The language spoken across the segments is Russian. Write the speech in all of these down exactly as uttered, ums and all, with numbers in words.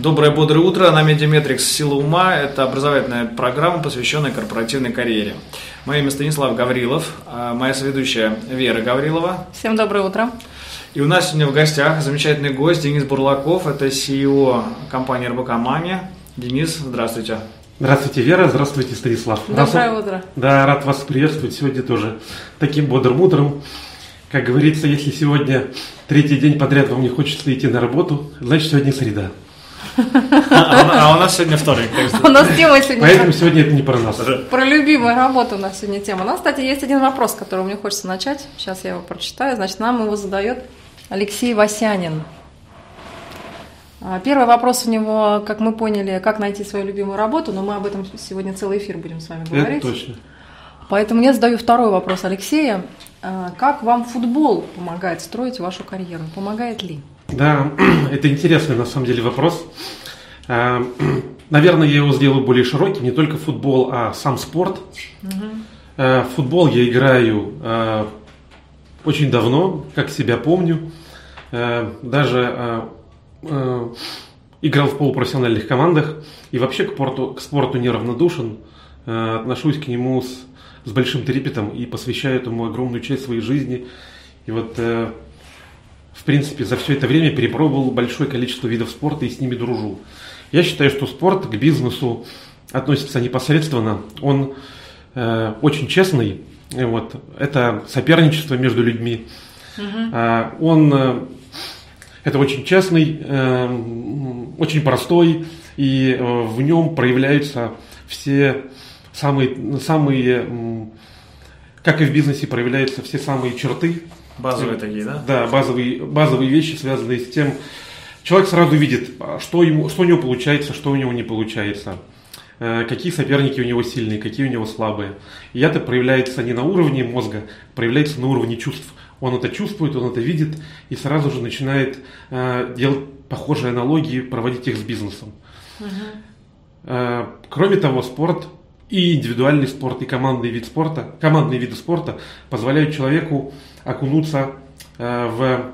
Доброе, бодрое утро. На Медиаметрикс «Сила ума». Это образовательная программа, посвященная корпоративной карьере. Мое имя Станислав Гаврилов, моя соведущая Вера Гаврилова. Всем доброе утро. И у нас сегодня в гостях замечательный гость Денис Бурлаков. Это си и о компании эр бэ ка Money. Денис, здравствуйте. Здравствуйте, Вера. Здравствуйте, Станислав. Доброе Раз... утро. Да, рад вас приветствовать сегодня тоже таким бодрым утром. Как говорится, если сегодня третий день подряд вам не хочется идти на работу, значит сегодня среда. А у нас сегодня вторник. У нас тема сегодня. Поэтому сегодня это не про нас. Про любимую работу у нас сегодня тема. У нас, кстати, есть один вопрос, с которого мне хочется начать. Сейчас я его прочитаю. Значит, нам его задает Алексей Васянин. Первый вопрос у него, как мы поняли, как найти свою любимую работу, но мы об этом сегодня целый эфир будем с вами говорить. Это точно. Поэтому я задаю второй вопрос Алексея. Как вам футбол помогает строить вашу карьеру? Помогает ли? Да, это интересный на самом деле вопрос. Наверное, я его сделаю более широким, не только футбол, а сам спорт. Угу. Футбол я играю очень давно, как себя помню. Даже играл в полупрофессиональных командах и вообще к спорту, к спорту неравнодушен. Отношусь к нему с, с большим трепетом и посвящаю этому огромную часть своей жизни. И вот в принципе, за все это время перепробовал большое количество видов спорта и с ними дружу. Я считаю, что спорт к бизнесу относится непосредственно. Он э, очень честный. Вот. Это соперничество между людьми. Uh-huh. А, он э, это очень честный, э, очень простой, и э, в нем проявляются все самые, самые э, как и в бизнесе, проявляются все самые черты. Базовые такие, да? Да, базовые, базовые вещи, связанные с тем, человек сразу видит, что, ему, что у него получается, что у него не получается, какие соперники у него сильные, какие у него слабые. И это проявляется не на уровне мозга, проявляется на уровне чувств. Он это чувствует, он это видит и сразу же начинает делать похожие аналогии, проводить их с бизнесом. Угу. Кроме того, спорт и индивидуальный спорт, и командный вид спорта, командные виды спорта позволяют человеку окунуться э, в,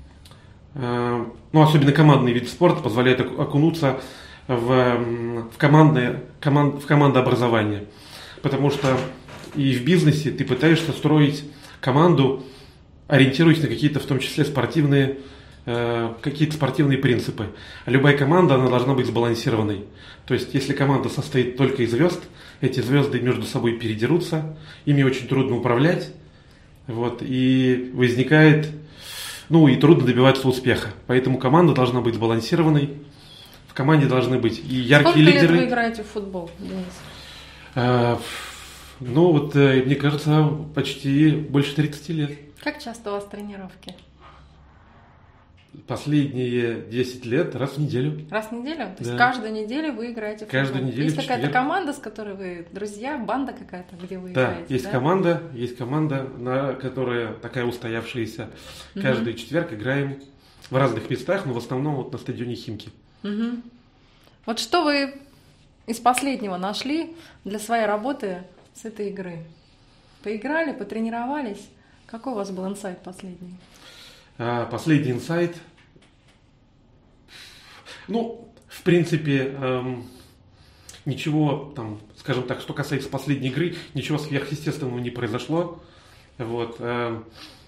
э, ну, особенно командный вид спорта позволяет окунуться в, в, командное, команд, в командообразование. Потому что и в бизнесе ты пытаешься строить команду, ориентируясь на какие-то, в том числе, спортивные, э, какие-то спортивные принципы. А любая команда, она должна быть сбалансированной. То есть, если команда состоит только из звезд, эти звезды между собой передерутся, ими очень трудно управлять. Вот, и возникает, ну и трудно добиваться успеха. Поэтому команда должна быть сбалансированной. В команде должны быть и яркие Сколько лидеры. Сколько лет вы играете в футбол, Денис? А, ну вот, мне кажется, почти больше тридцати лет. Как часто у вас тренировки? Последние десять лет раз в неделю. Раз в неделю? То есть да. Каждую неделю вы играете в футбол? Каждую неделю. Есть какая-то команда, с которой вы друзья, банда какая-то, где вы да, играете? есть да, команда, есть команда, на, которая такая устоявшаяся. Угу. Каждый четверг играем в разных местах, но в основном вот на стадионе Химки. Угу. Вот что вы из последнего нашли для своей работы с этой игры? Поиграли, потренировались? Какой у вас был инсайт последний? Последний инсайт. Ну, в принципе, эм, ничего там, скажем так, что касается последней игры, ничего сверхъестественного не произошло. Вот. Эм,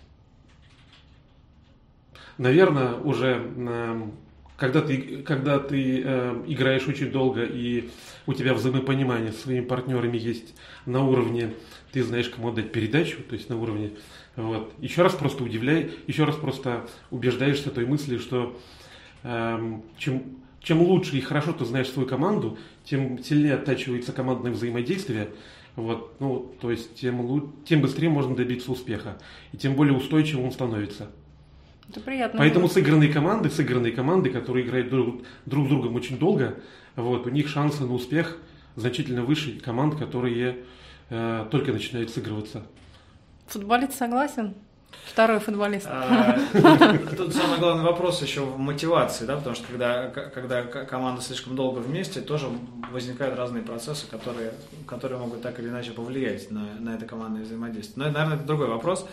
наверное, уже э, когда ты, когда ты э, играешь очень долго и у тебя взаимопонимание с своими партнерами есть на уровне, ты знаешь, кому отдать передачу, то есть на уровне. Вот. Еще раз просто удивляй, еще раз просто убеждаешься той мысли, что э, чем, чем лучше и хорошо ты знаешь свою команду, тем сильнее оттачивается командное взаимодействие. Вот. Ну, то есть тем, тем быстрее можно добиться успеха, и тем более устойчивым он становится. Это приятно. Поэтому сыгранные команды, сыгранные команды, которые играют друг, друг с другом очень долго, вот, у них шансы на успех значительно выше команд, которые э, только начинают сыгрываться. Футболист согласен? Второй футболист. А, тут самый главный вопрос еще в мотивации, да, потому что когда, когда команда слишком долго вместе, тоже возникают разные процессы, которые, которые могут так или иначе повлиять на, на это командное взаимодействие. Но, наверное, это другой вопрос.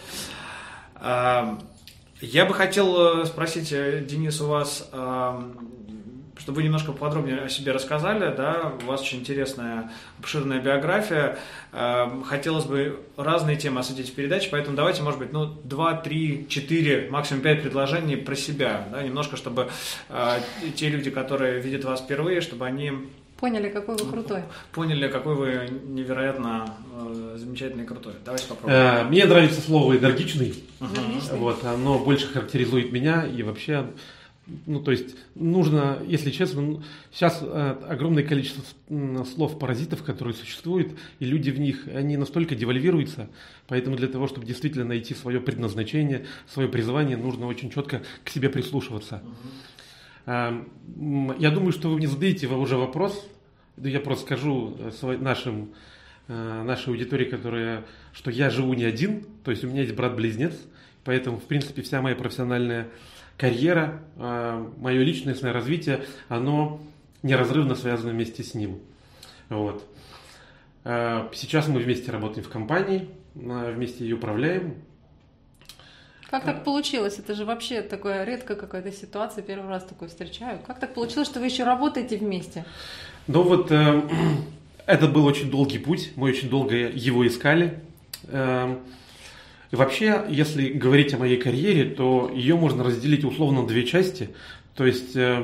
А, я бы хотел спросить, Денис, у вас чтобы вы немножко подробнее о себе рассказали, да, у вас очень интересная, обширная биография, хотелось бы разные темы осветить в передаче, поэтому давайте, может быть, ну, два, три, четыре, максимум пять предложений про себя, да, немножко, чтобы те люди, которые видят вас впервые, чтобы они... Поняли, какой вы крутой. Поняли, какой вы невероятно э, замечательный и крутой. Давайте попробуем. Мне нравится слово «энергичный». Uh-huh. Вот, оно больше характеризует меня и вообще... Ну, то есть, нужно, если честно, сейчас огромное количество слов-паразитов, которые существуют, и люди в них, они настолько девальвируются, поэтому для того, чтобы действительно найти свое предназначение, свое призвание, нужно очень четко к себе прислушиваться. Uh-huh. Я думаю, что вы мне задаете уже вопрос, я просто скажу нашим, нашей аудитории, которая, что я живу не один, то есть у меня есть брат-близнец, поэтому, в принципе, вся моя профессиональная карьера, мое личностное развитие, оно неразрывно связано вместе с ним. Вот. Сейчас мы вместе работаем в компании, вместе ее управляем. Как так получилось? Это же вообще такая редкая какая-то ситуация, первый раз такое встречаю. Как так получилось, что вы еще работаете вместе? Ну вот, э, это был очень долгий путь, мы очень долго его искали. Э, И вообще, если говорить о моей карьере, то ее можно разделить условно на две части. То есть, э,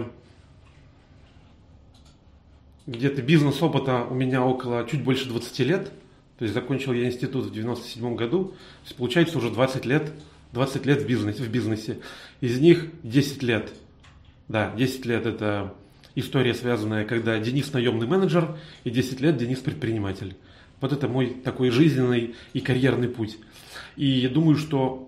где-то бизнес-опыта у меня около чуть больше двадцати лет. То есть, закончил я институт в девяносто седьмом году. То есть, получается уже двадцать лет, двадцать лет в бизнесе, в бизнесе. Из них десять лет. Да, десять лет это история, связанная, когда Денис наемный менеджер, и десять лет Денис предприниматель. Вот это мой такой жизненный и карьерный путь. И я думаю, что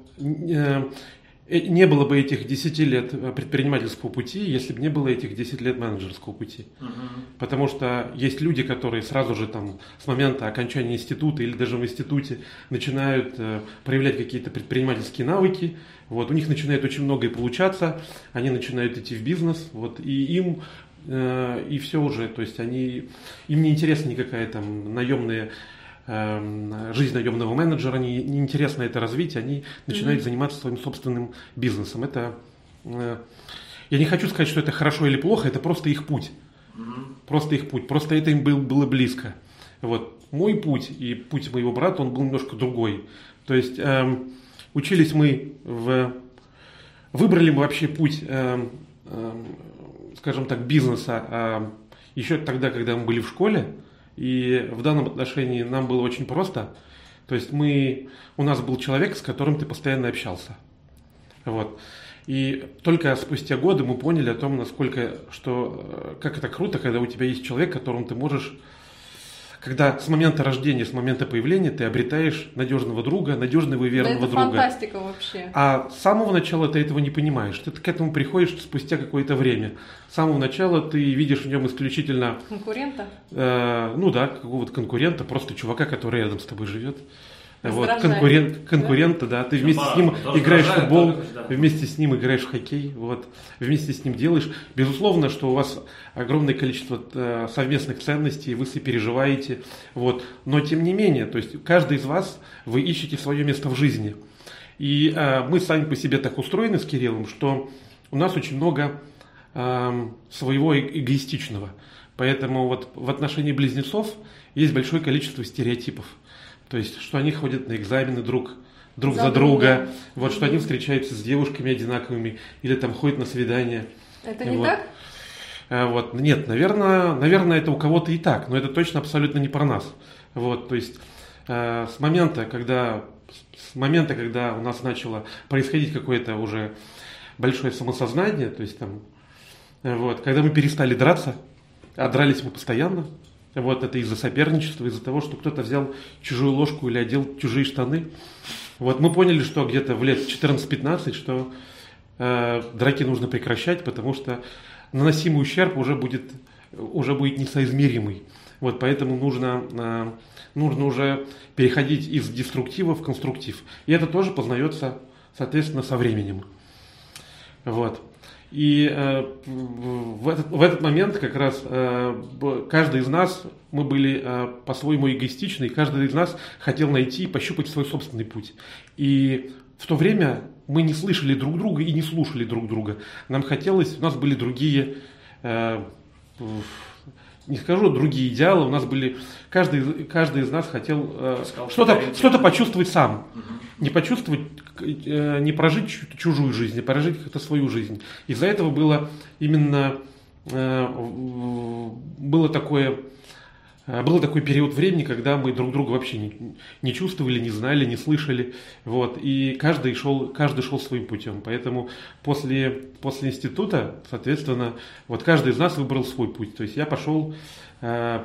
не было бы этих десяти лет предпринимательского пути, если бы не было этих десяти лет менеджерского пути. Uh-huh. Потому что есть люди, которые сразу же там, с момента окончания института или даже в институте начинают проявлять какие-то предпринимательские навыки. Вот, у них начинает очень многое получаться, они начинают идти в бизнес, вот, и им и все уже, то есть они, им не интересна никакая там наемная жизнь наемного менеджера, не, не интересно это развитие, они начинают mm-hmm. заниматься своим собственным бизнесом. Это, э, я не хочу сказать, что это хорошо или плохо, это просто их путь. Mm-hmm. Просто их путь, просто это им был, было близко. Вот. Мой путь и путь моего брата, он был немножко другой. То есть э, учились мы, в, выбрали мы вообще путь, э, э, скажем так, бизнеса э, еще тогда, когда мы были в школе. И в данном отношении нам было очень просто. То есть мы, у нас был человек, с которым ты постоянно общался. Вот. И только спустя годы мы поняли о том, насколько, что, как это круто, когда у тебя есть человек, которым ты можешь, когда с момента рождения, с момента появления ты обретаешь надежного друга, надежного и верного да это друга. Фантастика вообще. А с самого начала ты этого не понимаешь. Ты к этому приходишь спустя какое-то время. С самого начала ты видишь в нем исключительно... Конкурента? Э, ну да, какого-то конкурента, просто чувака, который рядом с тобой живет. Вот, конкурент, конкурента, да, да ты вместе с ним играешь в футбол, да. вместе с ним играешь в хоккей, вот, вместе с ним делаешь. Безусловно, что у вас огромное количество э, совместных ценностей, вы сопереживаете, вот, но тем не менее, то есть каждый из вас, вы ищете свое место в жизни. И э, мы сами по себе так устроены с Кириллом, что у нас очень много э, своего эгоистичного. Поэтому вот в отношении близнецов есть большое количество стереотипов. То есть, что они ходят на экзамены друг, друг за, за друга, друга. Вот, что они встречаются с девушками одинаковыми, или там ходят на свидания. Это не вот. так? Вот. Нет, наверное, наверное, это у кого-то и так, но это точно абсолютно не про нас. Вот, то есть, с момента, когда, с момента, когда у нас начало происходить какое-то уже большое самосознание, то есть, там, вот, когда мы перестали драться, а дрались мы постоянно, вот это из-за соперничества, из-за того, что кто-то взял чужую ложку или одел чужие штаны. Вот мы поняли, что где-то в лет четырнадцать-пятнадцать, что э, драки нужно прекращать, потому что наносимый ущерб уже будет, уже будет несоизмеримый. Вот поэтому нужно, э, нужно уже переходить из деструктива в конструктив. И это тоже познается, соответственно, со временем. Вот. И э, в, этот, в этот момент как раз э, каждый из нас, мы были э, по-своему эгоистичны, и каждый из нас хотел найти и пощупать свой собственный путь. И в то время мы не слышали друг друга и не слушали друг друга. Нам хотелось, у нас были другие э, не скажу другие идеалы, у нас были, каждый, каждый из нас хотел э, что-то, что-то почувствовать сам, угу. не почувствовать, э, не прожить чужую жизнь, а прожить как-то свою жизнь. Из-за этого было именно э, было такое Был такой период времени, когда мы друг друга вообще не, не чувствовали, не знали, не слышали. Вот, и каждый шел, каждый шел своим путем. Поэтому после, после института, соответственно, вот каждый из нас выбрал свой путь. То есть я пошел э,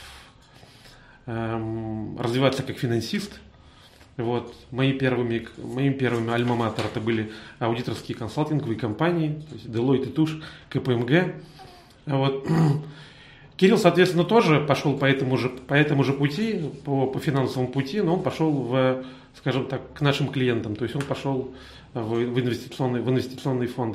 э, развиваться как финансист. Вот, мои первыми, моими первыми альма-матер это были аудиторские консалтинговые компании, то есть Deloitte и Touche, КПМГ. Вот. Кирилл, соответственно, тоже пошел по этому же, по этому же пути, по, по финансовому пути, но он пошел в, скажем так, к нашим клиентам, то есть он пошел в, в, инвестиционные, в инвестиционные фонды.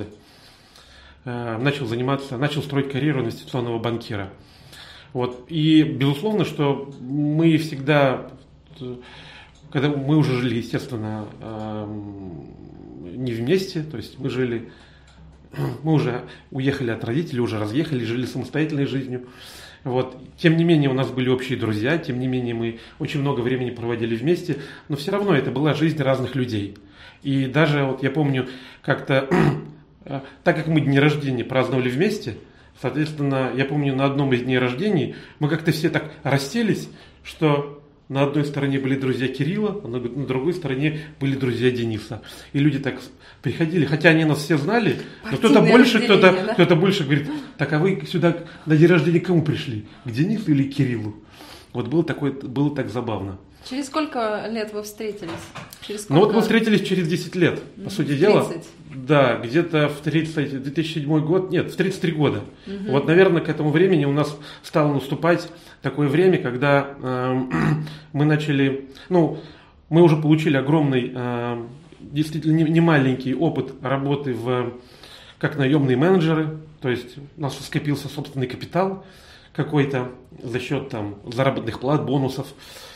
Э, начал заниматься, начал строить карьеру инвестиционного банкира. Вот. И безусловно, что мы всегда, когда мы уже жили, естественно, э, не вместе, то есть мы жили... Мы уже уехали от родителей, уже разъехали, жили самостоятельной жизнью. Вот. Тем не менее, у нас были общие друзья, тем не менее, мы очень много времени проводили вместе, но все равно это была жизнь разных людей. И даже, вот я помню, как-то, так как мы дни рождения праздновали вместе, соответственно, я помню, на одном из дней рождения мы как-то все так расселись, что... На одной стороне были друзья Кирилла, а на другой стороне были друзья Дениса. И люди так приходили, хотя они нас все знали, но кто-то больше, кто-то, да? кто-то больше говорит, так а вы сюда на день рождения к кому пришли? К Денису или к Кириллу? Вот было, такое, было так забавно. Через сколько лет вы встретились? Через сколько... Ну вот мы встретились через десять лет, по сути тридцать. Дела. Да, где-то в тридцать, две тысячи седьмой год, нет, в тридцать три года. Угу. Вот, наверное, к этому времени у нас стало наступать такое время, когда э, мы начали, ну, мы уже получили огромный, э, действительно немаленький опыт работы в, как наемные менеджеры, то есть у нас скопился собственный капитал какой-то за счет там заработных плат, бонусов.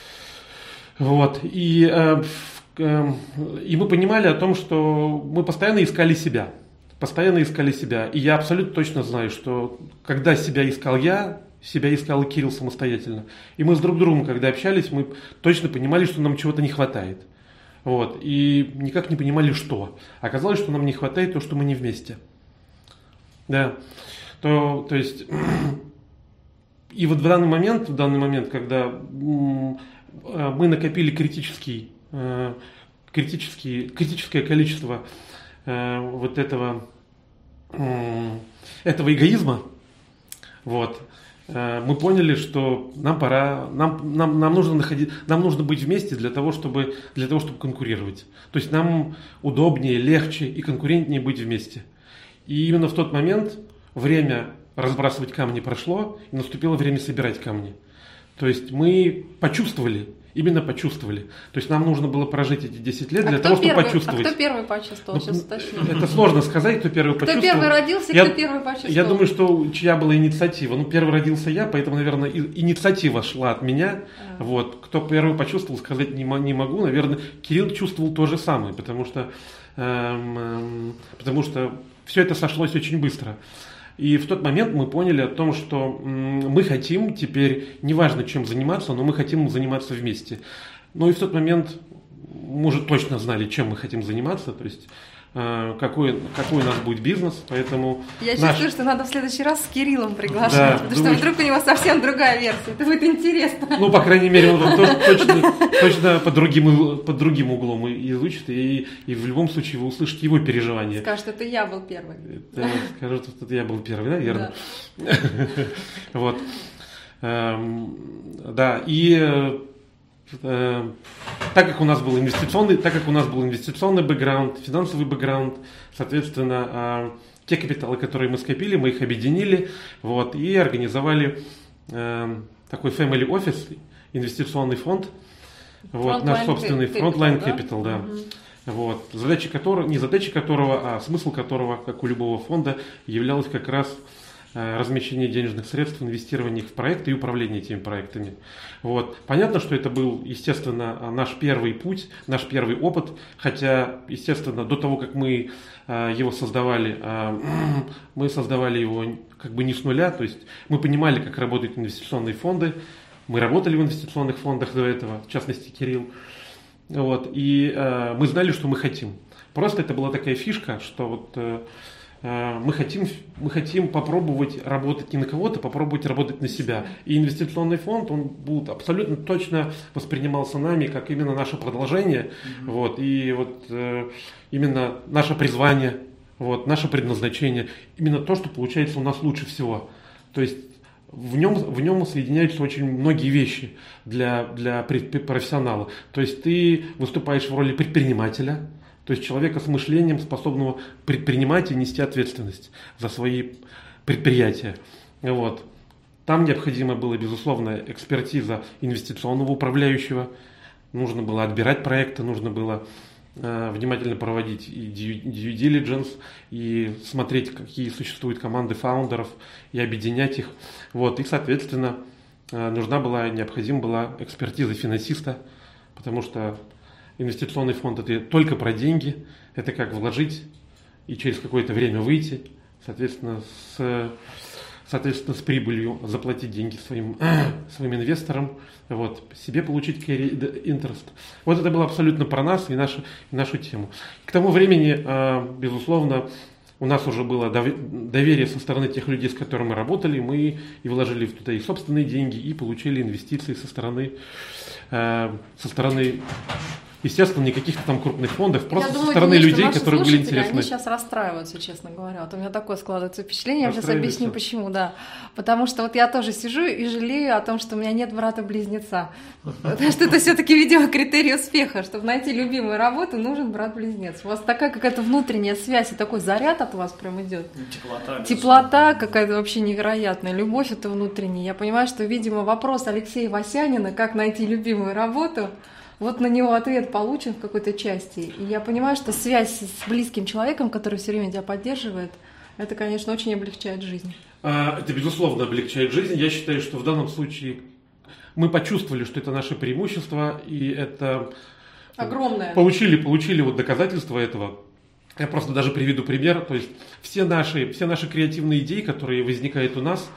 Вот, и, э, э, и мы понимали о том, что мы постоянно искали себя, постоянно искали себя. И я абсолютно точно знаю, что когда себя искал я, себя искал и Кирилл самостоятельно. И мы с друг другом, когда общались, мы точно понимали, что нам чего-то не хватает. Вот, и никак не понимали, что. Оказалось, что нам не хватает то, что мы не вместе. Да, то, то есть, и вот в данный момент, в данный момент, когда... мы накопили критический, критический, критическое количество вот этого, этого эгоизма. Вот. Мы поняли, что нам пора, нам, нам, нам, нужно находить, нам нужно быть вместе для того, чтобы, для того, чтобы конкурировать. То есть нам удобнее, легче и конкурентнее быть вместе. И именно в тот момент время разбрасывать камни прошло, и наступило время собирать камни. То есть мы почувствовали, именно почувствовали. То есть нам нужно было прожить эти десять лет а для того, первый, чтобы почувствовать. А кто первый почувствовал? Ну, сейчас уточню. Это сложно сказать, кто первый кто почувствовал. Кто первый родился, я, кто первый почувствовал? Я думаю, что чья была инициатива. Ну, первый родился я, поэтому, наверное, инициатива шла от меня. А. Вот. Кто первый почувствовал, сказать не, не могу. Наверное, Кирилл чувствовал то же самое, потому что, эм, эм, потому что все это сошлось очень быстро. И в тот момент мы поняли о том, что мы хотим теперь, неважно чем заниматься, но мы хотим заниматься вместе. Ну и в тот момент мы уже точно знали, чем мы хотим заниматься, то есть какой, какой у нас будет бизнес, поэтому... Я наш... чувствую, что надо в следующий раз с Кириллом приглашать, да, потому думаю, что вдруг у него совсем другая версия, это будет интересно. Ну, по крайней мере, он тоже точно, точно под, другим, под другим углом изучит, и, и в любом случае вы услышите его переживания. Скажет, это я был первый. Это, скажет, что это я был первый, да, верно? Да. Вот. Да, и... Так как у нас был инвестиционный, так как у нас был инвестиционный бэкграунд, финансовый бэкграунд, соответственно, те капиталы, которые мы скопили, мы их объединили, вот, и организовали такой family office, инвестиционный фонд, вот, наш собственный Frontline Capital, да, угу. Вот, задача которого, не задача которого, а смысл которого, как у любого фонда, являлась как раз размещение денежных средств, инвестирование их в проекты и управление этими проектами. Вот. Понятно, что это был, естественно, наш первый путь, наш первый опыт, хотя, естественно, до того, как мы его создавали, мы создавали его как бы не с нуля, то есть мы понимали, как работают инвестиционные фонды, мы работали в инвестиционных фондах до этого, в частности, Кирилл, вот, и мы знали, что мы хотим. Просто это была такая фишка, что вот Мы хотим, мы хотим попробовать работать не на кого-то, попробовать работать на себя. И инвестиционный фонд, он будет абсолютно точно воспринимался нами как именно наше продолжение. Mm-hmm. Вот, и вот э, именно наше призвание, вот, наше предназначение, именно то, что получается у нас лучше всего. То есть в нем, в нем соединяются очень многие вещи для, для профессионала. То есть ты выступаешь в роли предпринимателя, то есть человека с мышлением, способного предпринимать и нести ответственность за свои предприятия. Вот. Там необходима была, безусловно, экспертиза инвестиционного управляющего. Нужно было отбирать проекты, нужно было э, внимательно проводить и due diligence, и смотреть, какие существуют команды фаундеров, и объединять их. Вот. И, соответственно, э, нужна была, необходима была экспертиза финансиста, потому что инвестиционный фонд – это только про деньги, это как вложить и через какое-то время выйти, соответственно, с, соответственно, с прибылью заплатить деньги своим, своим инвесторам, вот, себе получить carry interest. Вот это было абсолютно про нас и нашу, и нашу тему. К тому времени, безусловно, у нас уже было доверие со стороны тех людей, с которыми мы работали, мы и вложили туда и собственные деньги, и получили инвестиции со стороны, со стороны естественно, не каких-то там крупных фондов, просто думаю, со стороны Денис, людей, которые были интересны. Они сейчас расстраиваются, честно говоря. Вот у меня такое складывается впечатление, я сейчас объясню почему, да. Потому что вот я тоже сижу и жалею о том, что у меня нет брата-близнеца. Потому что это все-таки, видимо, критерий успеха. Чтобы найти любимую работу, нужен брат-близнец. У вас такая какая-то внутренняя связь и такой заряд от вас прям идет. Теплота. Теплота какая-то вообще невероятная. Любовь это внутренняя. Я понимаю, что, видимо, вопрос Алексея Васянина, как найти любимую работу, вот на него ответ получен в какой-то части. И я понимаю, что связь с близким человеком, который все время тебя поддерживает, это, конечно, очень облегчает жизнь. Это, безусловно, облегчает жизнь. Я считаю, что в данном случае мы почувствовали, что это наше преимущество, и это... Огромное. Получили, получили вот доказательства этого. Я просто даже приведу пример. То есть все наши, все наши креативные идеи, которые возникают у нас,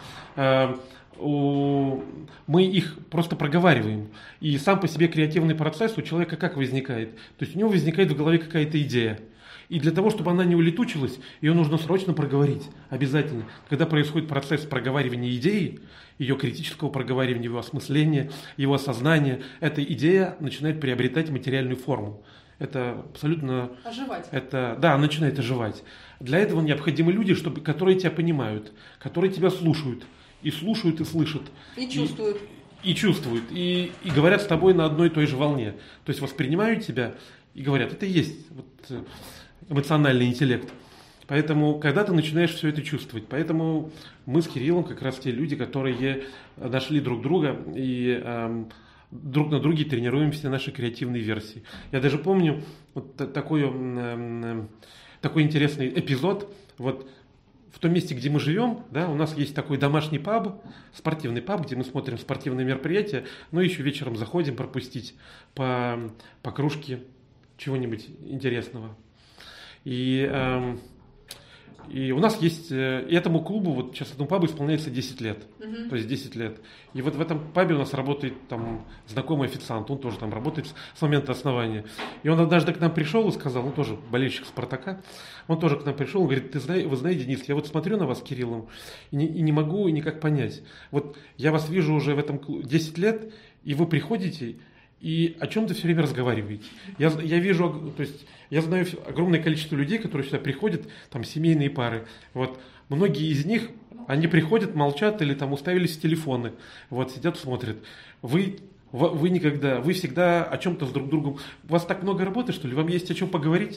мы их просто проговариваем. И сам по себе креативный процесс у человека как возникает? То есть у него возникает в голове какая-то идея. И для того, чтобы она не улетучилась, ее нужно срочно проговорить. Обязательно. Когда происходит процесс проговаривания идеи, ее критического проговаривания, его осмысления, его осознания, эта идея начинает приобретать материальную форму. Это абсолютно... Оживать. Это, да, начинает оживать. Для этого необходимы люди, чтобы, которые тебя понимают, которые тебя слушают. И слушают, и слышат. И чувствуют. И, и чувствуют. И, и говорят с тобой на одной и той же волне. То есть воспринимают тебя и говорят, это и есть вот, эмоциональный интеллект. Поэтому, когда ты начинаешь все это чувствовать. Поэтому мы с Кириллом как раз те люди, которые нашли друг друга и эм, друг на друге тренируем все наши креативные версии. Я даже помню вот такой, эм, такой интересный эпизод. Вот, в том месте, где мы живем, да, у нас есть такой домашний паб, спортивный паб, где мы смотрим спортивные мероприятия, но еще вечером заходим пропустить по, по кружке чего-нибудь интересного. И, э, и у нас есть, э, и этому клубу, вот сейчас этому пабу исполняется десять лет, mm-hmm. то есть десять лет. И вот в этом пабе у нас работает там знакомый официант, он тоже там работает с момента основания. И он однажды к нам пришел и сказал, он тоже болельщик «Спартака», он тоже к нам пришел, он говорит, ты знаешь, вы знаете, Денис, я вот смотрю на вас, Кириллом, и не, и не могу никак понять. Вот я вас вижу уже в этом клубе десять лет, и вы приходите, и о чем-то все время разговариваете. Я, я вижу, то есть я знаю огромное количество людей, которые сюда приходят, там семейные пары. Вот многие из них, они приходят, молчат или там уставились в телефоны, вот сидят, смотрят. Вы Вы никогда, вы всегда о чем-то с друг другом. У вас так много работы, что ли? Вам есть о чем поговорить?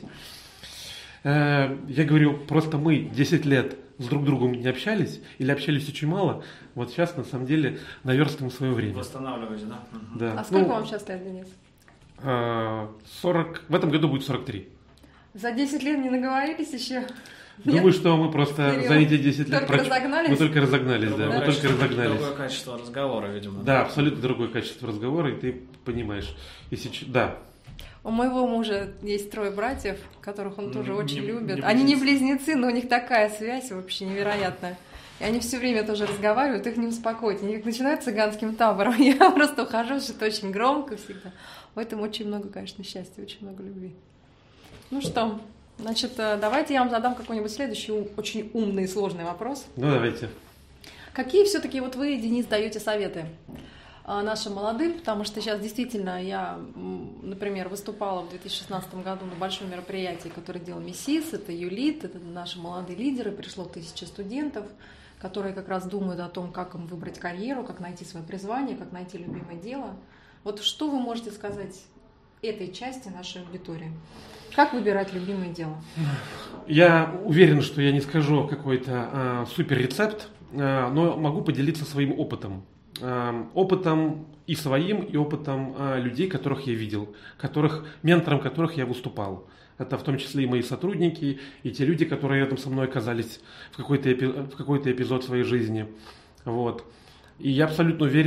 Я говорю, просто мы десять лет с друг другом не общались, или общались очень мало. Вот сейчас, на самом деле, наверстываем свое время. Восстанавливаете, да? Да. А сколько ну, вам сейчас лет, Денис? сорок, в этом году будет сорок три. За десять лет не наговорились еще? Думаю, что мы просто Кирилл, за эти десять лет... только проч- разогнались? Мы только разогнались, да, Другое мы только качество- разогнались. Другое качество разговора, видимо. Да, абсолютно другое качество разговора, и ты понимаешь. Если, ч- да, У моего мужа есть трое братьев, которых он тоже Не- очень не- любит. не Они не близнецы. близнецы, но у них такая связь вообще невероятная. И они все время тоже разговаривают, их не успокоить. Они как начинают цыганским табором, я просто ухожу, что это очень громко всегда. В этом очень много, конечно, счастья, очень много любви. Ну что, значит, э, давайте я вам задам какой-нибудь следующий ум- очень умный и сложный вопрос. ну давайте. Какие все-таки вот вы, Денис, даете советы а, нашим молодым? Потому что сейчас действительно я, м, например, выступала в две тысячи шестнадцатом году на большом мероприятии, которое делал МИСИС, это ЮЛИТ, это наши молодые лидеры, пришло тысяча студентов, которые как раз думают о том, как им выбрать карьеру, как найти свое призвание, как найти любимое дело. Вот что вы можете сказать этой части нашей аудитории? Как выбирать любимое дело? Я уверен, что я не скажу какой-то а, супер рецепт, а, но могу поделиться своим опытом. А, опытом и своим, и опытом а, людей, которых я видел, которых, ментором которых я выступал. Это в том числе и мои сотрудники, и те люди, которые рядом со мной оказались в какой-то, эпи- в какой-то эпизод своей жизни. Вот. И я абсолютно уверен,